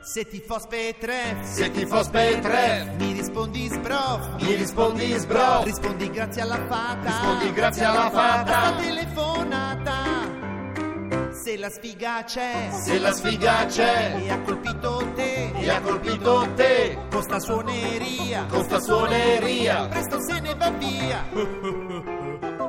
Se ti fos per tre, se ti fos per tre, mi rispondi sbroff, mi rispondi sbro, rispondi grazie alla fata, rispondi grazie alla fata. La telefonata, se la sfiga c'è, se la sfiga c'è, e ha colpito te, e ha colpito te, con sta suoneria, con sta suoneria, presto se ne va via.